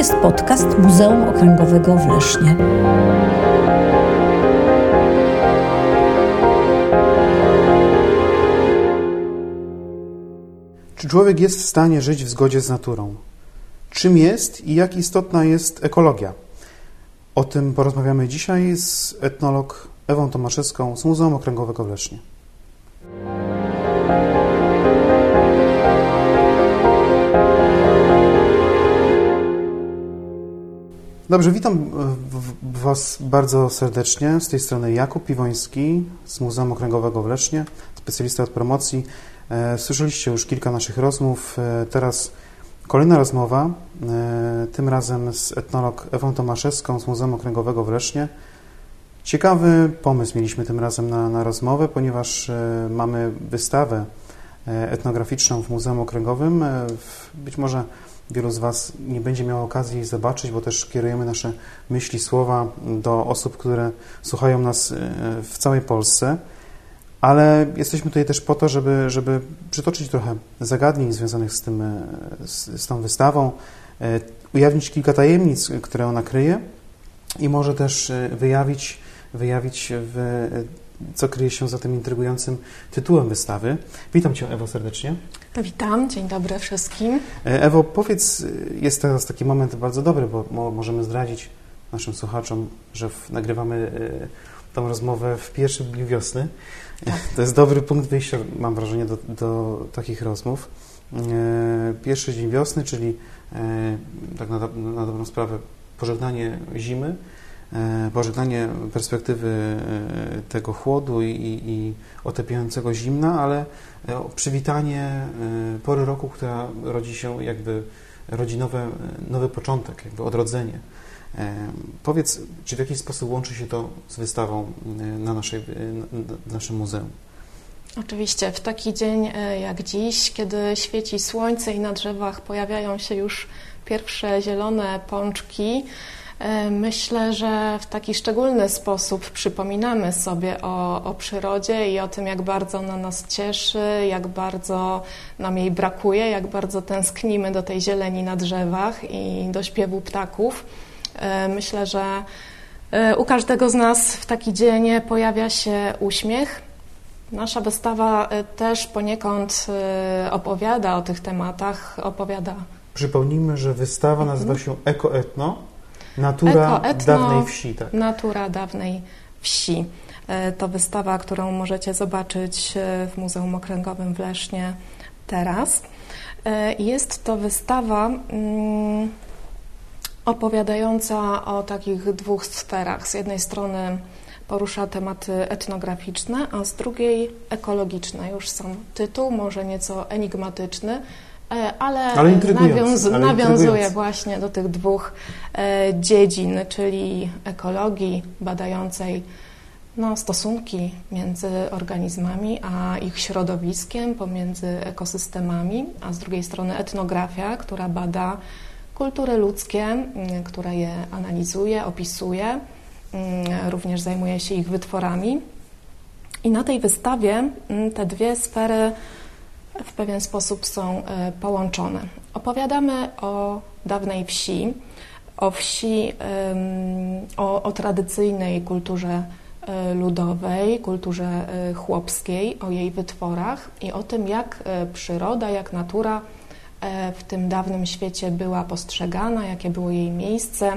jest podcast Muzeum Okręgowego w Lesznie. Czy człowiek jest w stanie żyć w zgodzie z naturą? Czym jest i jak istotna jest ekologia? O tym porozmawiamy dzisiaj z etnolog Ewą Tomaszewską z Muzeum Okręgowego w Lesznie. Dobrze, witam Was bardzo serdecznie. Z tej strony Jakub Piwoński z Muzeum Okręgowego w Lesznie, specjalista od promocji. Słyszeliście już kilka naszych rozmów. Teraz kolejna rozmowa, tym razem z etnolog Ewą Tomaszewską z Muzeum Okręgowego w Lesznie. Ciekawy pomysł mieliśmy tym razem na rozmowę, ponieważ mamy wystawę etnograficzną w Muzeum Okręgowym. Być może wielu z Was nie będzie miało okazji jej zobaczyć, bo też kierujemy nasze myśli, słowa do osób, które słuchają nas w całej Polsce. Ale jesteśmy tutaj też po to, żeby przytoczyć trochę zagadnień związanych z tą wystawą, ujawnić kilka tajemnic, które ona kryje i może też wyjawić co kryje się za tym intrygującym tytułem wystawy. Witam Cię, Ewo, serdecznie. Witam, dzień dobry wszystkim. Ewo, powiedz, jest teraz taki moment bardzo dobry, bo możemy zdradzić naszym słuchaczom, że nagrywamy tą rozmowę w pierwszym dniu wiosny. Tak. To jest dobry punkt wyjścia, mam wrażenie, do takich rozmów. Pierwszy dzień wiosny, czyli tak na dobrą sprawę pożegnanie zimy, pożegnanie perspektywy tego chłodu i otapiającego zimna, ale przywitanie pory roku, która rodzi nowy początek, jakby odrodzenie. Powiedz, czy w jakiś sposób łączy się to z wystawą w naszym muzeum? Oczywiście, w taki dzień jak dziś, kiedy świeci słońce i na drzewach pojawiają się już pierwsze zielone pączki, myślę, że w taki szczególny sposób przypominamy sobie o przyrodzie i o tym, jak bardzo ona nas cieszy, jak bardzo nam jej brakuje, jak bardzo tęsknimy do tej zieleni na drzewach i do śpiewu ptaków. Myślę, że u każdego z nas w taki dzień pojawia się uśmiech. Nasza wystawa też poniekąd opowiada o tych tematach, Przypomnijmy, że wystawa nazywa się Eko-Etno, Natura dawnej wsi. Tak? Natura dawnej wsi. To wystawa, którą możecie zobaczyć w Muzeum Okręgowym w Lesznie teraz. Jest to wystawa opowiadająca o takich dwóch sferach. Z jednej strony porusza tematy etnograficzne, a z drugiej ekologiczne. Już sam tytuł, może nieco enigmatyczny, ale nawiązuje właśnie do tych dwóch dziedzin, czyli ekologii badającej stosunki między organizmami a ich środowiskiem, pomiędzy ekosystemami, a z drugiej strony etnografia, która bada kultury ludzkie, która je analizuje, opisuje, również zajmuje się ich wytworami. I na tej wystawie te dwie sfery w pewien sposób są połączone. Opowiadamy o dawnej wsi, o wsi, o tradycyjnej kulturze ludowej, kulturze chłopskiej, o jej wytworach i o tym, jak przyroda, jak natura w tym dawnym świecie była postrzegana, jakie było jej miejsce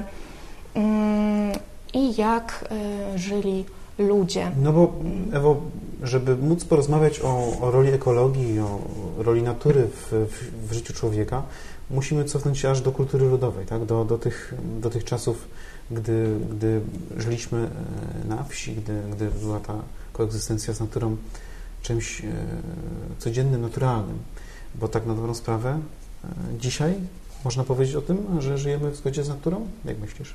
i jak żyli ludzie. No bo, Ewo, żeby móc porozmawiać o roli ekologii, o roli natury w życiu człowieka, musimy cofnąć się aż do kultury ludowej, tak? do tych czasów, gdy żyliśmy na wsi, gdy była ta koegzystencja z naturą czymś codziennym, naturalnym. Bo tak na dobrą sprawę dzisiaj można powiedzieć o tym, że żyjemy w zgodzie z naturą? Jak myślisz?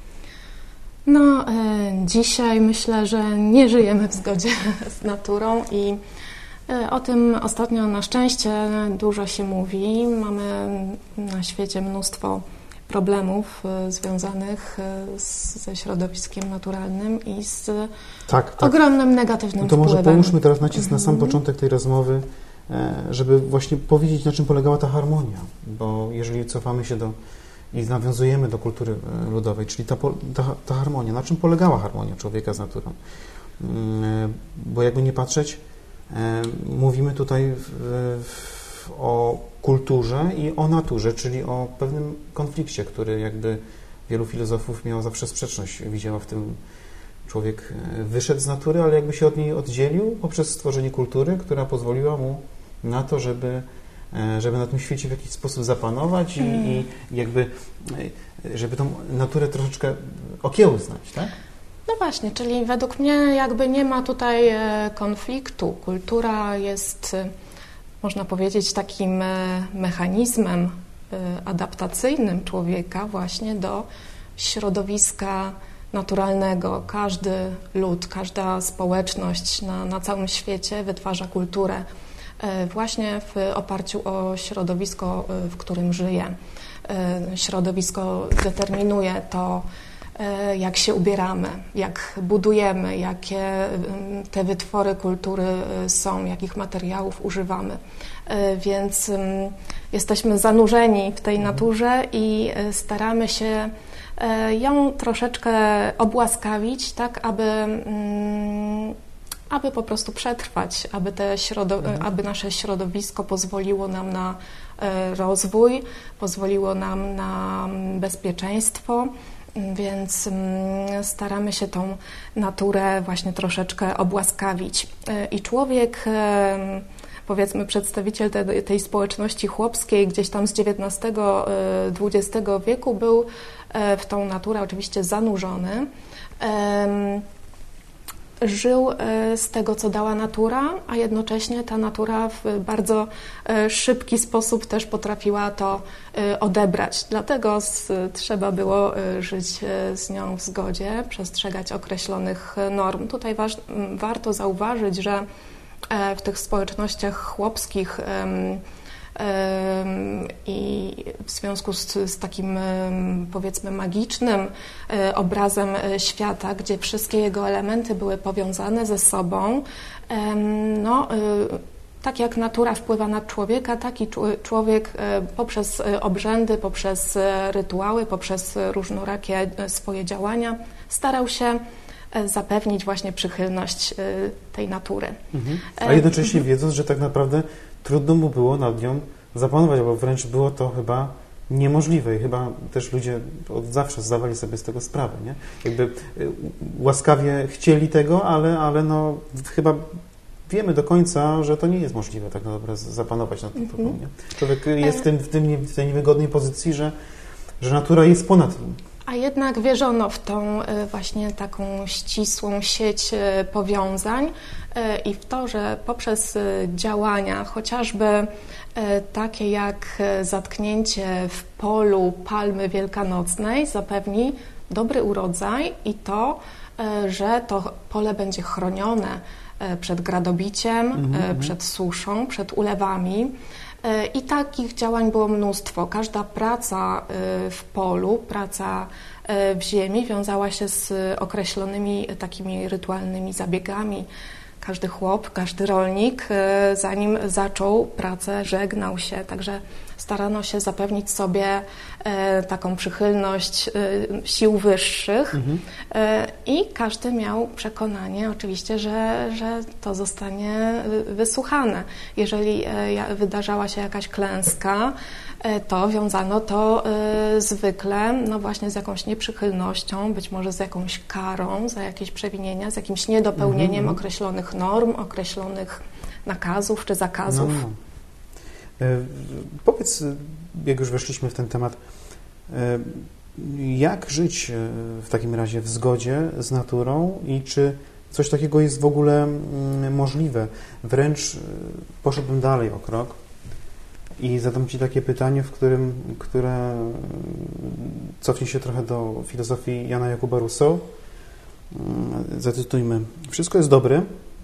Dzisiaj myślę, że nie żyjemy w zgodzie z naturą i o tym ostatnio na szczęście dużo się mówi. Mamy na świecie mnóstwo problemów związanych ze środowiskiem naturalnym i z ogromnym negatywnym wpływem. To może połóżmy teraz nacisk na sam początek tej rozmowy, żeby właśnie powiedzieć, na czym polegała ta harmonia, bo jeżeli cofamy się do i nawiązujemy do kultury ludowej, czyli ta harmonia. Na czym polegała harmonia człowieka z naturą? Bo jakby nie patrzeć, mówimy tutaj o kulturze i o naturze, czyli o pewnym konflikcie, który jakby wielu filozofów miało zawsze sprzeczność. Widziała w tym, człowiek wyszedł z natury, ale jakby się od niej oddzielił poprzez stworzenie kultury, która pozwoliła mu na to, żeby na tym świecie w jakiś sposób zapanować i jakby, żeby tą naturę troszeczkę okiełznać, tak? No właśnie, czyli według mnie jakby nie ma tutaj konfliktu. Kultura jest, można powiedzieć, takim mechanizmem adaptacyjnym człowieka właśnie do środowiska naturalnego. Każdy lud, każda społeczność na całym świecie wytwarza kulturę właśnie w oparciu o środowisko, w którym żyje. Środowisko determinuje to, jak się ubieramy, jak budujemy, jakie te wytwory kultury są, jakich materiałów używamy. Więc jesteśmy zanurzeni w tej naturze i staramy się ją troszeczkę obłaskawić, tak, aby po prostu przetrwać, aby nasze środowisko pozwoliło nam na rozwój, pozwoliło nam na bezpieczeństwo, więc staramy się tą naturę właśnie troszeczkę obłaskawić. I człowiek, powiedzmy przedstawiciel tej społeczności chłopskiej gdzieś tam z XIX-XX wieku był w tą naturę oczywiście zanurzony. Żył z tego, co dała natura, a jednocześnie ta natura w bardzo szybki sposób też potrafiła to odebrać. Dlatego trzeba było żyć z nią w zgodzie, przestrzegać określonych norm. Tutaj warto zauważyć, że w tych społecznościach chłopskich i w związku z takim, powiedzmy, magicznym obrazem świata, gdzie wszystkie jego elementy były powiązane ze sobą, tak jak natura wpływa na człowieka, tak i człowiek poprzez obrzędy, poprzez rytuały, poprzez różnorakie swoje działania starał się zapewnić właśnie przychylność tej natury. A jednocześnie wiedząc, że tak naprawdę trudno mu było nad nią zapanować, bo wręcz było to chyba niemożliwe i chyba też ludzie od zawsze zdawali sobie z tego sprawę, nie? Jakby łaskawie chcieli tego, ale no chyba wiemy do końca, że to nie jest możliwe tak naprawdę zapanować nad tym. Nie? Człowiek jest w tej niewygodnej pozycji, że natura jest ponad nim. A jednak wierzono w tą właśnie taką ścisłą sieć powiązań i w to, że poprzez działania chociażby takie jak zatknięcie w polu palmy wielkanocnej zapewni dobry urodzaj i to, że to pole będzie chronione przed gradobiciem, przed suszą, przed ulewami. I takich działań było mnóstwo. Każda praca w polu, praca w ziemi wiązała się z określonymi takimi rytualnymi zabiegami. Każdy chłop, każdy rolnik, zanim zaczął pracę, żegnał się. Także starano się zapewnić sobie taką przychylność sił wyższych i każdy miał przekonanie oczywiście, że to zostanie wysłuchane. Jeżeli wydarzała się jakaś klęska, to wiązano to zwykle no właśnie z jakąś nieprzychylnością, być może z jakąś karą za jakieś przewinienia, z jakimś niedopełnieniem określonych norm, określonych nakazów czy zakazów. No. Powiedz, jak już weszliśmy w ten temat, jak żyć w takim razie w zgodzie z naturą i czy coś takiego jest w ogóle możliwe? Wręcz poszedłbym dalej o krok i zadam Ci takie pytanie, które cofnie się trochę do filozofii Jana Jakuba Rousseau. Zacytujmy: wszystko jest dobre,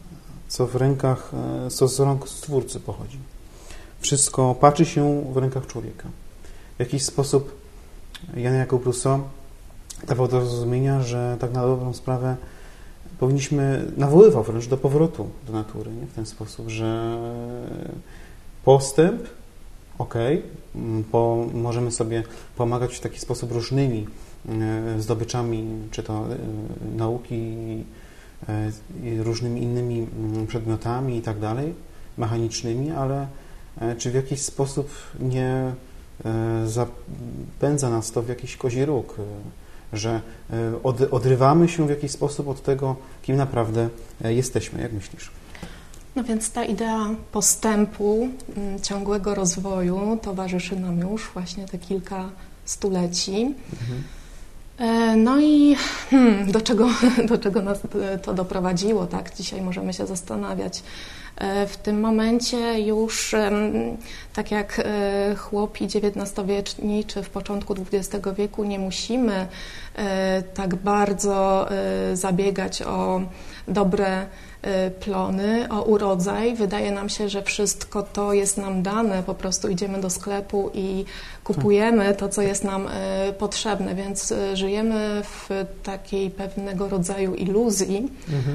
co z rąk Stwórcy pochodzi. Wszystko patrzy się w rękach człowieka. W jakiś sposób Jan Jakub Rousseau dawał do zrozumienia, że tak na dobrą sprawę nawoływał wręcz do powrotu do natury, nie? W ten sposób, że postęp okej, możemy sobie pomagać w taki sposób różnymi zdobyczami, czy to nauki, i różnymi innymi przedmiotami i tak dalej, mechanicznymi, ale czy w jakiś sposób nie zapędza nas to w jakiś kozi róg, że odrywamy się w jakiś sposób od tego, kim naprawdę jesteśmy. Jak myślisz? No więc ta idea postępu, ciągłego rozwoju towarzyszy nam już właśnie te kilka stuleci. No i do czego nas to doprowadziło, tak? Dzisiaj możemy się zastanawiać. W tym momencie już, tak jak chłopi XIX-wieczni czy w początku XX wieku, nie musimy tak bardzo zabiegać o dobre plony, o urodzaj. Wydaje nam się, że wszystko to jest nam dane, po prostu idziemy do sklepu i kupujemy to, co jest nam potrzebne, więc żyjemy w takiej pewnego rodzaju iluzji,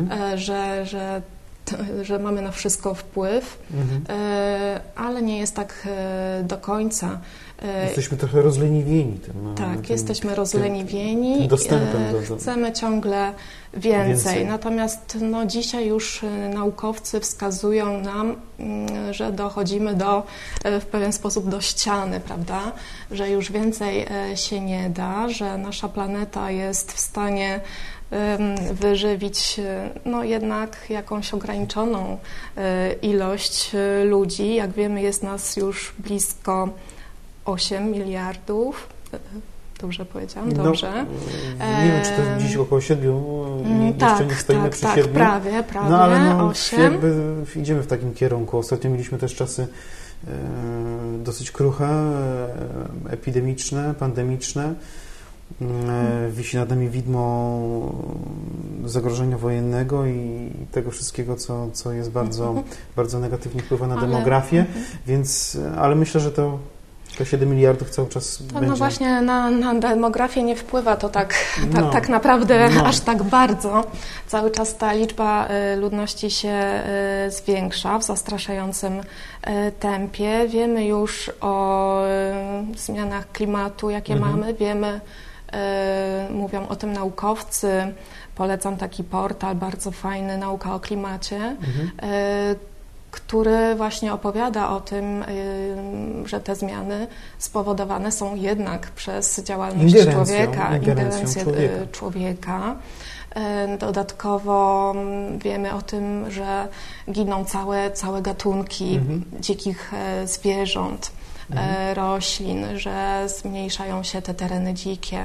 że mamy na wszystko wpływ, ale nie jest tak do końca. Jesteśmy trochę rozleniwieni tym. Tak, jesteśmy rozleniwieni. Tym dostępem do... Chcemy ciągle więcej. Natomiast dzisiaj już naukowcy wskazują nam, że dochodzimy w pewien sposób do ściany, prawda? Że już więcej się nie da, że nasza planeta jest w stanie wyżywić jednak jakąś ograniczoną ilość ludzi. Jak wiemy, jest nas już blisko 8 miliardów. Dobrze powiedziałam? Dobrze. Nie wiem, czy to jest dziś około 7, jeszcze nie stoimy przy 7. prawie, no ale 8. Idziemy w takim kierunku. Ostatnio mieliśmy też czasy dosyć kruche, epidemiczne, pandemiczne. Wisi nad nami widmo zagrożenia wojennego i tego wszystkiego, co jest bardzo negatywnie wpływa na demografię, ale myślę, że te 7 miliardów cały czas będzie. No właśnie na demografię nie wpływa to tak naprawdę aż tak bardzo. Cały czas ta liczba ludności się zwiększa w zastraszającym tempie. Wiemy już o zmianach klimatu, jakie mamy. Wiemy, mówią o tym naukowcy. Polecam taki portal bardzo fajny, Nauka o klimacie, który właśnie opowiada o tym, że te zmiany spowodowane są jednak przez działalność ingerencję człowieka. Dodatkowo wiemy o tym, że giną całe gatunki dzikich zwierząt, roślin, że zmniejszają się te tereny dzikie.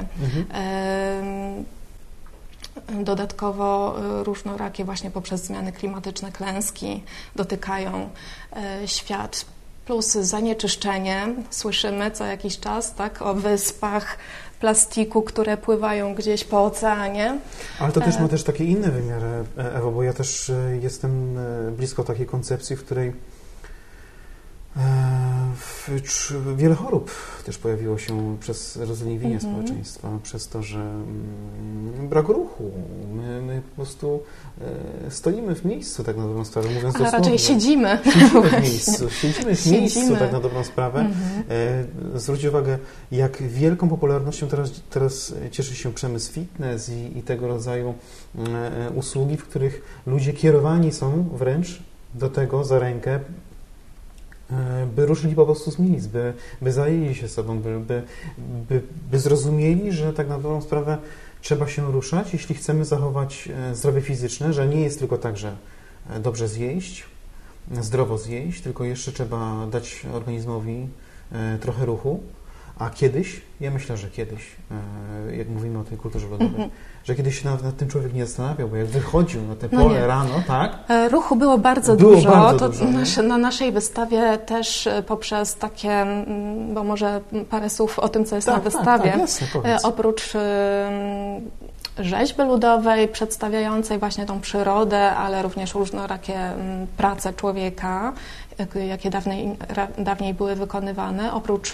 Dodatkowo różnorakie właśnie poprzez zmiany klimatyczne klęski dotykają świat. Plus zanieczyszczenie. Słyszymy co jakiś czas o wyspach plastiku, które pływają gdzieś po oceanie. Ale to też ma też takie inne wymiary, Ewo, bo ja też jestem blisko takiej koncepcji, w której wiele chorób też pojawiło się przez rozleniwienie społeczeństwa, przez to, że brak ruchu. My po prostu stoimy w miejscu, tak na dobrą sprawę, mówiąc dosłownie. Raczej siedzimy. Siedzimy w miejscu, tak na dobrą sprawę. Zwróćcie uwagę, jak wielką popularnością teraz cieszy się przemysł fitness i tego rodzaju usługi, w których ludzie kierowani są wręcz do tego za rękę, by ruszyli po prostu z miejsc, by zajęli się sobą, by zrozumieli, że tak na dobrą sprawę trzeba się ruszać, jeśli chcemy zachować zdrowie fizyczne, że nie jest tylko tak, że dobrze zjeść, zdrowo zjeść, tylko jeszcze trzeba dać organizmowi trochę ruchu, a kiedyś, ja myślę, że kiedyś, jak mówimy o tej kulturze ludowej, że kiedyś się nad tym człowiek nie zastanawiał, bo jak wychodził na te pole rano, tak? Ruchu było bardzo dużo. Na naszej wystawie też poprzez takie, bo może parę słów o tym, co jest na wystawie. Jasne, oprócz rzeźby ludowej przedstawiającej właśnie tą przyrodę, ale również różnorakie prace człowieka, jakie dawniej były wykonywane, oprócz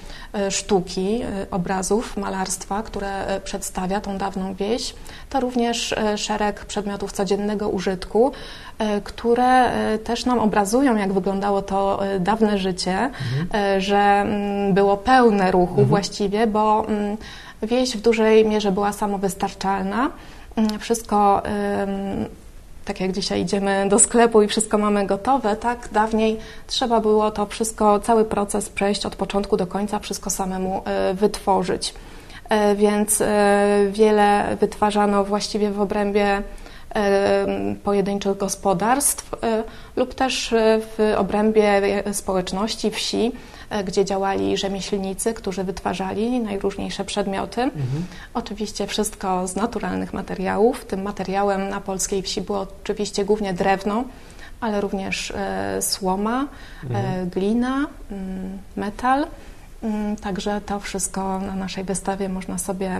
sztuki, obrazów, malarstwa, które przedstawia tą dawną wieś, to również szereg przedmiotów codziennego użytku, które też nam obrazują, jak wyglądało to dawne życie, że było pełne ruchu właściwie, bo wieś w dużej mierze była samowystarczalna. Wszystko, tak jak dzisiaj idziemy do sklepu i wszystko mamy gotowe, tak dawniej trzeba było to wszystko, cały proces przejść od początku do końca, wszystko samemu wytworzyć. Więc wiele wytwarzano właściwie w obrębie pojedynczych gospodarstw lub też w obrębie społeczności, wsi, gdzie działali rzemieślnicy, którzy wytwarzali najróżniejsze przedmioty. Oczywiście wszystko z naturalnych materiałów. Tym materiałem na polskiej wsi było oczywiście głównie drewno, ale również słoma, glina, metal. Także to wszystko na naszej wystawie można sobie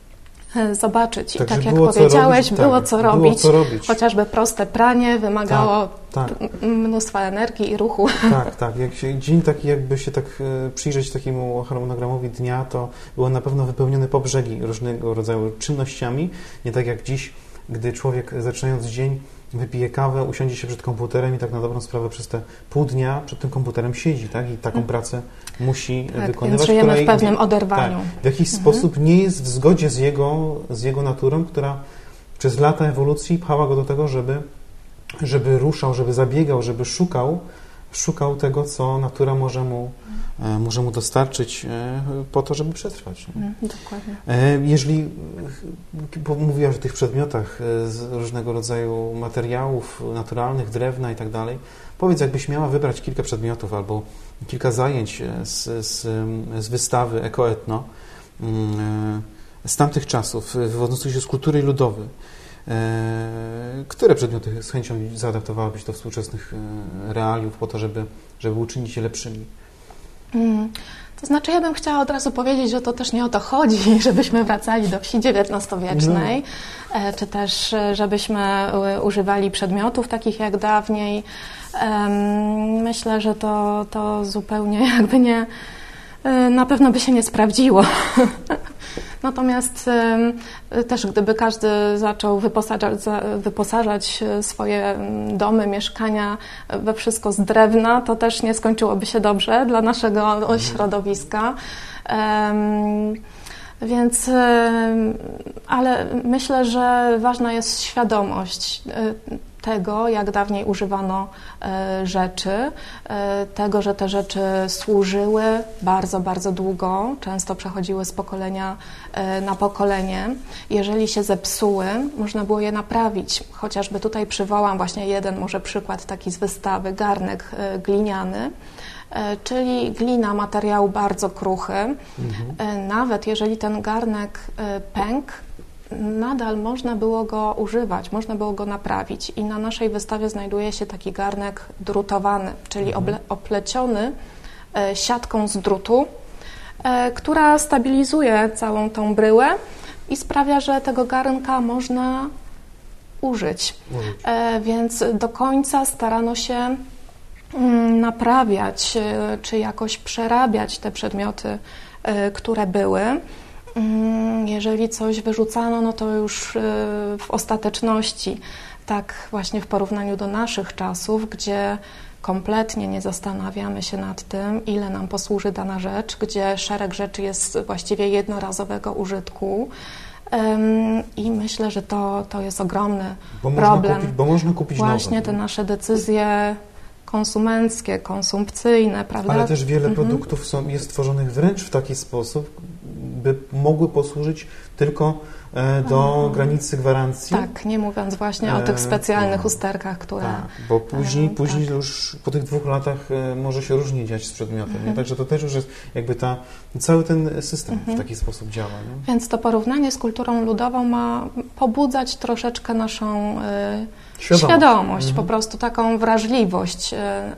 zobaczyć. I tak jak powiedziałeś, było co robić. Chociażby proste pranie wymagało mnóstwa energii i ruchu. Tak. Jak się, dzień taki, jakby się tak przyjrzeć takiemu harmonogramowi dnia, to było na pewno wypełnione po brzegi różnego rodzaju czynnościami. Nie tak jak dziś, gdy człowiek zaczynając dzień wypije kawę, usiądzie się przed komputerem i tak na dobrą sprawę przez te pół dnia przed tym komputerem siedzi, tak? I taką pracę musi wykonywać. Więc żyjemy w pewnym oderwaniu. W jakiś sposób nie jest w zgodzie z jego naturą, która przez lata ewolucji pchała go do tego, żeby ruszał, żeby zabiegał, żeby szukał tego, co natura może mu dostarczyć po to, żeby przetrwać. Dokładnie. Jeżeli mówiłaś o tych przedmiotach z różnego rodzaju materiałów naturalnych, drewna i tak dalej, powiedz, jakbyś miała wybrać kilka przedmiotów albo kilka zajęć z wystawy Eko-Etno z tamtych czasów, wywodzących się z kultury ludowej, które przedmioty z chęcią zaadaptowałabyś do współczesnych realiów po to, żeby uczynić je lepszymi? To znaczy, ja bym chciała od razu powiedzieć, że to też nie o to chodzi, żebyśmy wracali do wsi XIX-wiecznej, czy też żebyśmy używali przedmiotów takich jak dawniej. Myślę, że to zupełnie jakby nie, na pewno by się nie sprawdziło. Natomiast też gdyby każdy zaczął wyposażać swoje domy, mieszkania we wszystko z drewna, to też nie skończyłoby się dobrze dla naszego środowiska. Więc, ale myślę, że ważna jest świadomość tego, jak dawniej używano rzeczy, tego, że te rzeczy służyły bardzo, bardzo długo, często przechodziły z pokolenia na pokolenie. Jeżeli się zepsuły, można było je naprawić. Chociażby tutaj przywołam właśnie jeden może przykład taki z wystawy, garnek gliniany, czyli glina, materiał bardzo kruchy. Nawet jeżeli ten garnek pękł, nadal można było go używać, można było go naprawić i na naszej wystawie znajduje się taki garnek drutowany, czyli opleciony siatką z drutu, która stabilizuje całą tą bryłę i sprawia, że tego garnka można użyć. Więc do końca starano się naprawiać, czy jakoś przerabiać te przedmioty, które były. Jeżeli coś wyrzucano, no to już w ostateczności, tak właśnie w porównaniu do naszych czasów, gdzie kompletnie nie zastanawiamy się nad tym, ile nam posłuży dana rzecz, gdzie szereg rzeczy jest właściwie jednorazowego użytku. I myślę, że to jest ogromny problem. Bo można kupić właśnie nowe, te nasze decyzje konsumenckie, konsumpcyjne, prawda? Ale też wiele produktów jest tworzonych wręcz w taki sposób, by mogły posłużyć tylko do granicy gwarancji. Tak, nie mówiąc właśnie o tych specjalnych usterkach, które... Tak, bo później już po tych 2 latach może się różnie dziać z przedmiotem. Nie? Także to też już jest jakby cały ten system w taki sposób działa. Nie? Więc to porównanie z kulturą ludową ma pobudzać troszeczkę naszą świadomość, po prostu taką wrażliwość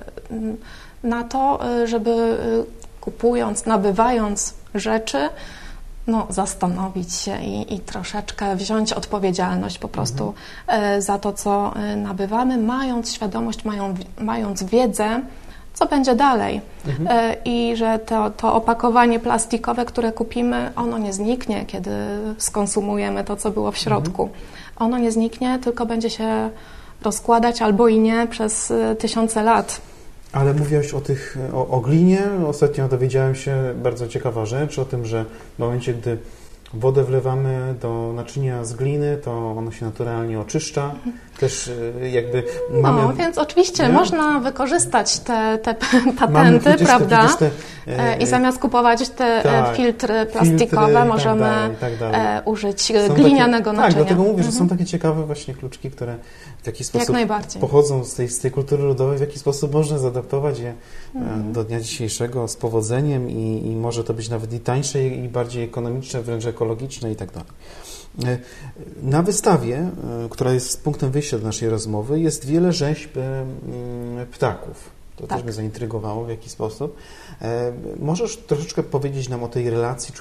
na to, żeby kupując, nabywając rzeczy, zastanowić się i troszeczkę wziąć odpowiedzialność po prostu za to, co nabywamy, mając świadomość, mając wiedzę co będzie dalej i że to opakowanie plastikowe, które kupimy, ono nie zniknie, kiedy skonsumujemy to, co było w środku. Ono nie zniknie, tylko będzie się rozkładać albo i nie przez tysiące lat. Ale mówiłaś o glinie. Ostatnio dowiedziałem się bardzo ciekawa rzecz o tym, że w momencie, gdy wodę wlewamy do naczynia z gliny, to ono się naturalnie oczyszcza. Też jakby mamy... No, więc oczywiście można wykorzystać te patenty, prawda? I zamiast kupować te filtry plastikowe, możemy użyć glinianego naczynia. Tak, dlatego mówię, że są takie ciekawe właśnie kluczki, które w jakiś sposób pochodzą z tej kultury ludowej, w jaki sposób można zaadaptować je do dnia dzisiejszego z powodzeniem i może to być nawet i tańsze, i bardziej ekonomiczne, wręcz ekologiczne i tak dalej. Na wystawie, która jest punktem wyjścia do naszej rozmowy, jest wiele rzeźb ptaków. To też mnie zaintrygowało w jakiś sposób. Możesz troszeczkę powiedzieć nam o tej relacji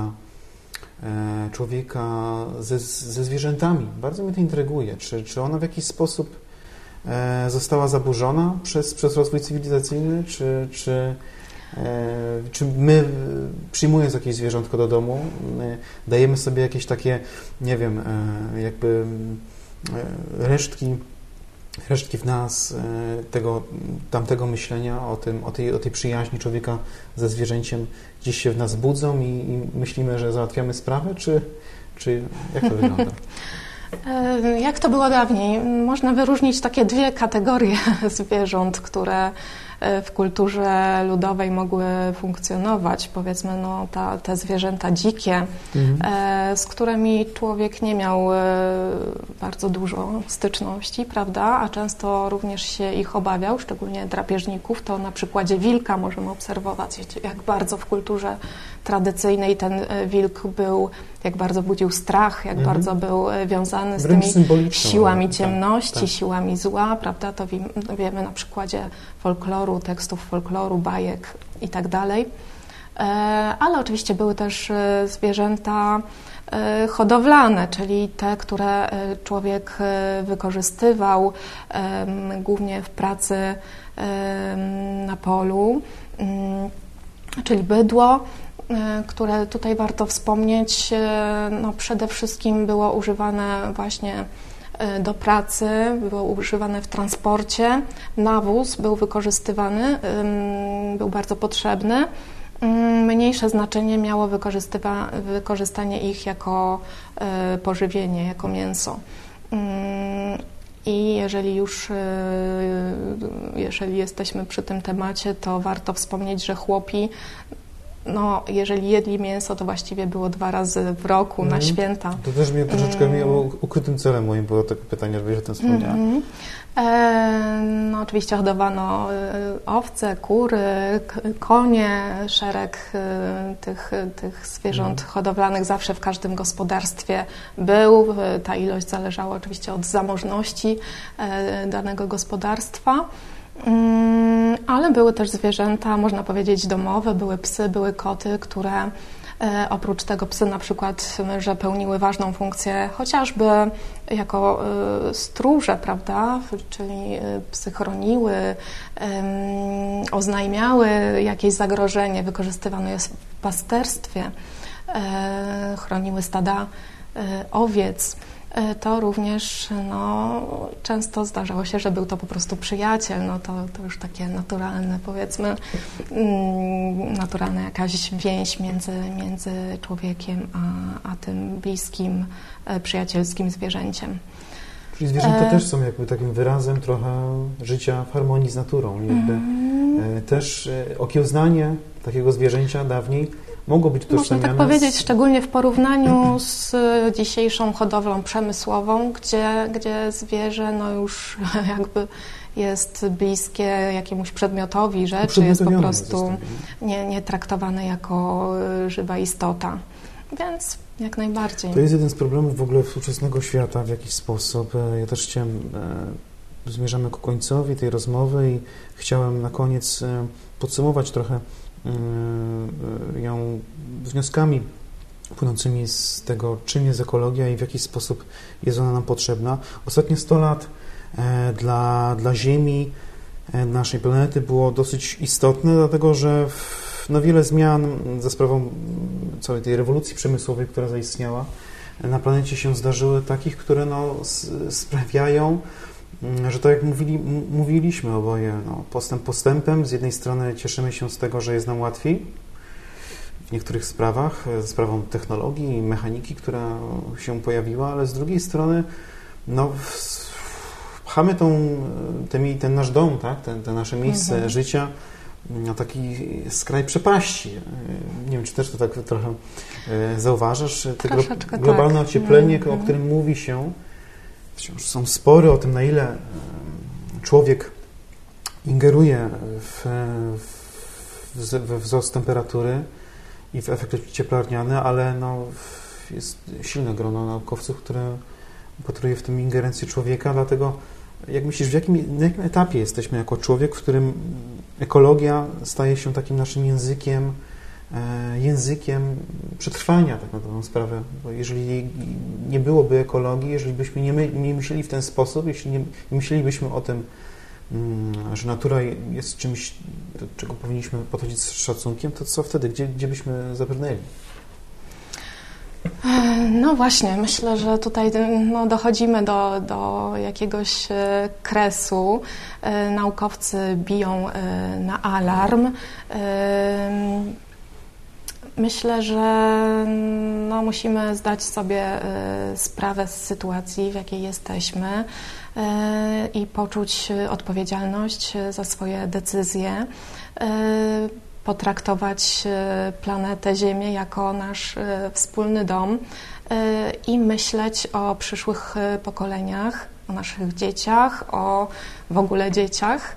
człowieka ze zwierzętami? Bardzo mnie to intryguje. Czy ona w jakiś sposób została zaburzona przez rozwój cywilizacyjny? Czy my, przyjmując jakieś zwierzątko do domu, dajemy sobie jakieś takie, nie wiem, jakby resztki w nas tamtego myślenia o tej przyjaźni człowieka ze zwierzęciem gdzieś się w nas budzą i myślimy, że załatwiamy sprawę, czy jak to wygląda? Jak to było dawniej? Można wyróżnić takie dwie kategorie zwierząt, które w kulturze ludowej mogły funkcjonować. Powiedzmy, te zwierzęta dzikie, z którymi człowiek nie miał bardzo dużo styczności, prawda? A często również się ich obawiał, szczególnie drapieżników. To na przykładzie wilka możemy obserwować, jak bardzo w kulturze tradycyjnej ten wilk był, jak bardzo budził strach, jak bardzo był wiązany z tymi siłami ciemności, siłami zła, prawda? To wiemy na przykładzie folkloru, tekstów folkloru, bajek i tak dalej. Ale oczywiście były też zwierzęta hodowlane, czyli te, które człowiek wykorzystywał głównie w pracy na polu, czyli bydło, które tutaj warto wspomnieć, przede wszystkim było używane właśnie do pracy, było używane w transporcie. Nawóz był wykorzystywany, był bardzo potrzebny. Mniejsze znaczenie miało wykorzystanie ich jako pożywienie, jako mięso. I jeżeli jesteśmy przy tym temacie, to warto wspomnieć, że chłopi, jeżeli jedli mięso, to właściwie było 2 razy w roku na święta. To też mnie troszeczkę ukrytym celem moim było takie pytanie, żebyś o tym wspomniała. Oczywiście hodowano owce, kury, konie, szereg tych zwierząt hodowlanych zawsze w każdym gospodarstwie był. Ta ilość zależała oczywiście od zamożności danego gospodarstwa. Ale były też zwierzęta, można powiedzieć, domowe, były psy, były koty, które oprócz tego psy na przykład, że pełniły ważną funkcję chociażby jako stróże, prawda, czyli psy chroniły, oznajmiały jakieś zagrożenie, wykorzystywano je w pasterstwie, chroniły stada owiec. To również często zdarzało się, że był to po prostu przyjaciel, to już takie naturalne, powiedzmy, naturalna jakaś więź między człowiekiem a tym bliskim, przyjacielskim zwierzęciem. Czyli zwierzęta też są jakby takim wyrazem trochę życia w harmonii z naturą. Jakby też okiełznanie takiego zwierzęcia dawniej mogło być utożsamiane. Można tak powiedzieć, szczególnie w porównaniu z dzisiejszą hodowlą przemysłową, gdzie zwierzę już jakby jest bliskie jakiemuś przedmiotowi rzeczy, jest po prostu nie traktowane jako żywa istota. Więc jak najbardziej. To jest jeden z problemów w ogóle współczesnego świata w jakiś sposób. Ja też zmierzamy ku końcowi tej rozmowy i chciałem na koniec podsumować trochę ją wnioskami płynącymi z tego, czym jest ekologia i w jaki sposób jest ona nam potrzebna. Ostatnie 100 lat dla Ziemi naszej planety było dosyć istotne, dlatego że wiele zmian za sprawą całej tej rewolucji przemysłowej, która zaistniała na planecie się zdarzyły, takich, które sprawiają, że tak jak mówiliśmy oboje, postęp postępem. Z jednej strony cieszymy się z tego, że jest nam łatwiej w niektórych sprawach, ze sprawą technologii i mechaniki, która się pojawiła, ale z drugiej strony pchamy ten nasz dom, tak? Te nasze miejsce życia na taki skraj przepaści. Nie wiem, czy też to tak trochę zauważasz. Globalne ocieplenie, o którym mówi się, wciąż są spory o tym, na ile człowiek ingeruje we wzrost temperatury i w efekt cieplarniany, ale jest silne grono naukowców, które upatruje w tym ingerencji człowieka, dlatego jak myślisz, na jakim etapie jesteśmy jako człowiek, w którym ekologia staje się takim naszym językiem przetrwania, tak na dobrą sprawę, bo jeżeli nie byłoby ekologii, jeżeli byśmy nie myśleli w ten sposób, jeśli nie myślelibyśmy o tym, że natura jest czymś, do czego powinniśmy podchodzić z szacunkiem, to co wtedy? Gdzie byśmy zabrnęli? No właśnie, myślę, że tutaj dochodzimy do jakiegoś kresu. Naukowcy biją na alarm. Myślę, że musimy zdać sobie sprawę z sytuacji, w jakiej jesteśmy i poczuć odpowiedzialność za swoje decyzje, potraktować planetę Ziemię jako nasz wspólny dom i myśleć o przyszłych pokoleniach, o naszych dzieciach, o w ogóle dzieciach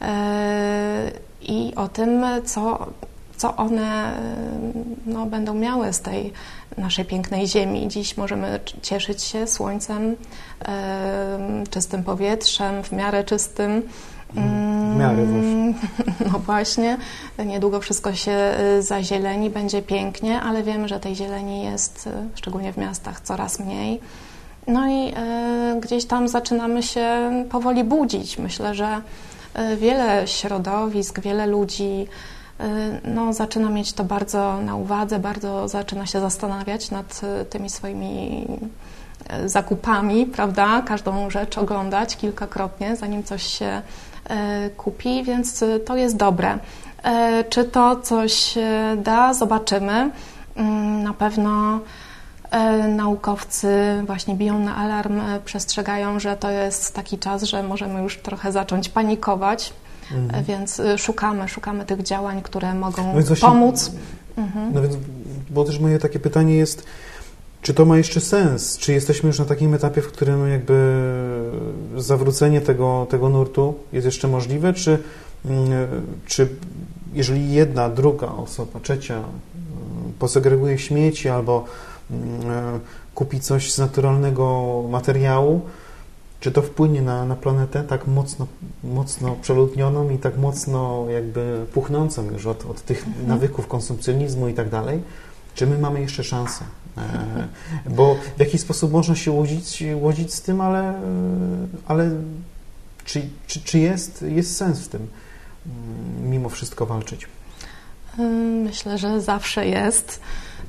i o tym, co one będą miały z tej naszej pięknej Ziemi. Dziś możemy cieszyć się słońcem, czystym powietrzem, w miarę czystym. W miarę właśnie. No właśnie, niedługo wszystko się zazieleni, będzie pięknie, ale wiemy, że tej zieleni jest, szczególnie w miastach, coraz mniej. No i gdzieś tam zaczynamy się powoli budzić. Myślę, że wiele środowisk, wiele ludzi zaczyna mieć to bardzo na uwadze, bardzo zaczyna się zastanawiać nad tymi swoimi zakupami, prawda? Każdą rzecz oglądać kilkakrotnie, zanim coś się kupi, więc to jest dobre. Czy to coś da? Zobaczymy. Na pewno naukowcy właśnie biją na alarm, przestrzegają, że to jest taki czas, że możemy już trochę zacząć panikować, więc szukamy tych działań, które mogą pomóc. No więc, bo też moje takie pytanie jest, czy to ma jeszcze sens? Czy jesteśmy już na takim etapie, w którym jakby zawrócenie tego nurtu jest jeszcze możliwe? Czy jeżeli jedna, druga osoba, trzecia posegreguje śmieci albo kupi coś z naturalnego materiału, czy to wpłynie na planetę tak mocno przeludnioną i tak mocno jakby puchnącą już od tych nawyków konsumpcjonizmu i tak dalej? Czy my mamy jeszcze szansę? Bo w jakiś sposób można się łodzić z tym, ale czy jest sens w tym mimo wszystko walczyć? Myślę, że zawsze jest.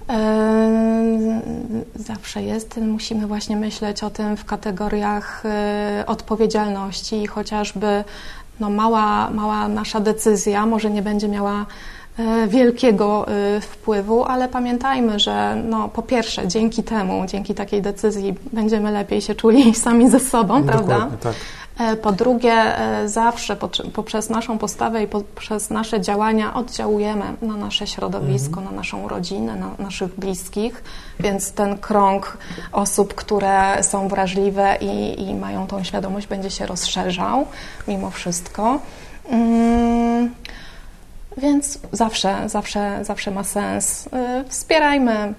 Zawsze jest. Musimy właśnie myśleć o tym w kategoriach odpowiedzialności i chociażby mała nasza decyzja może nie będzie miała wielkiego wpływu, ale pamiętajmy, że po pierwsze dzięki takiej decyzji będziemy lepiej się czuli sami ze sobą, prawda? Dokładnie, tak. Po drugie, zawsze poprzez naszą postawę i poprzez nasze działania oddziałujemy na nasze środowisko, na naszą rodzinę, na naszych bliskich, więc ten krąg osób, które są wrażliwe i mają tą świadomość, będzie się rozszerzał mimo wszystko. Więc zawsze ma sens. Wspierajmy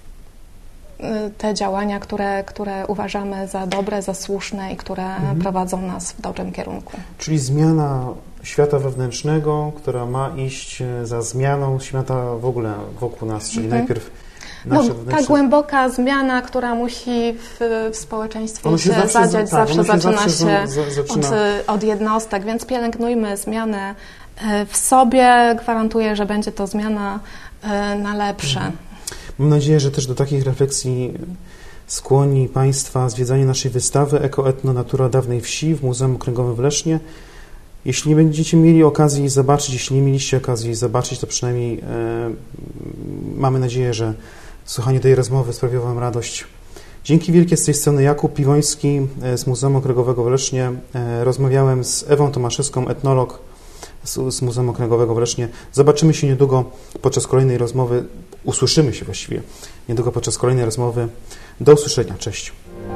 te działania, które uważamy za dobre, za słuszne i które prowadzą nas w dobrym kierunku. Czyli zmiana świata wewnętrznego, która ma iść za zmianą świata w ogóle wokół nas, czyli najpierw nasze Ta wewnętrzne... głęboka zmiana, która musi w społeczeństwie Ono się zawsze zadziać, zawsze zaczyna się zaczyna... od jednostek, więc pielęgnujmy zmianę w sobie. Gwarantuję, że będzie to zmiana na lepsze. Mam nadzieję, że też do takich refleksji skłoni Państwa zwiedzanie naszej wystawy Eko-Etno Natura Dawnej Wsi w Muzeum Okręgowym w Lesznie. Jeśli nie będziecie mieli okazji zobaczyć, jeśli nie mieliście okazji zobaczyć, to przynajmniej mamy nadzieję, że słuchanie tej rozmowy sprawiło Wam radość. Dzięki wielkie z tej strony Jakub Piwoński z Muzeum Okręgowego w Lesznie. Rozmawiałem z Ewą Tomaszewską, etnolog z Muzeum Okręgowego w Lesznie. Zobaczymy się niedługo podczas kolejnej rozmowy. Usłyszymy się właściwie niedługo podczas kolejnej rozmowy. Do usłyszenia. Cześć.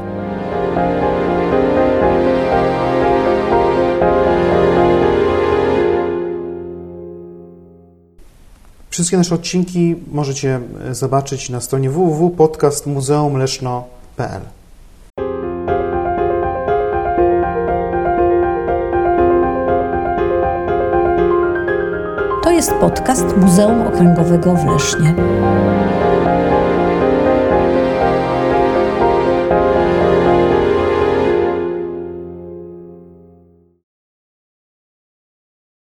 Wszystkie nasze odcinki możecie zobaczyć na stronie www.podcastmuzeumleszno.pl. To jest podcast Muzeum Okręgowego w Lesznie.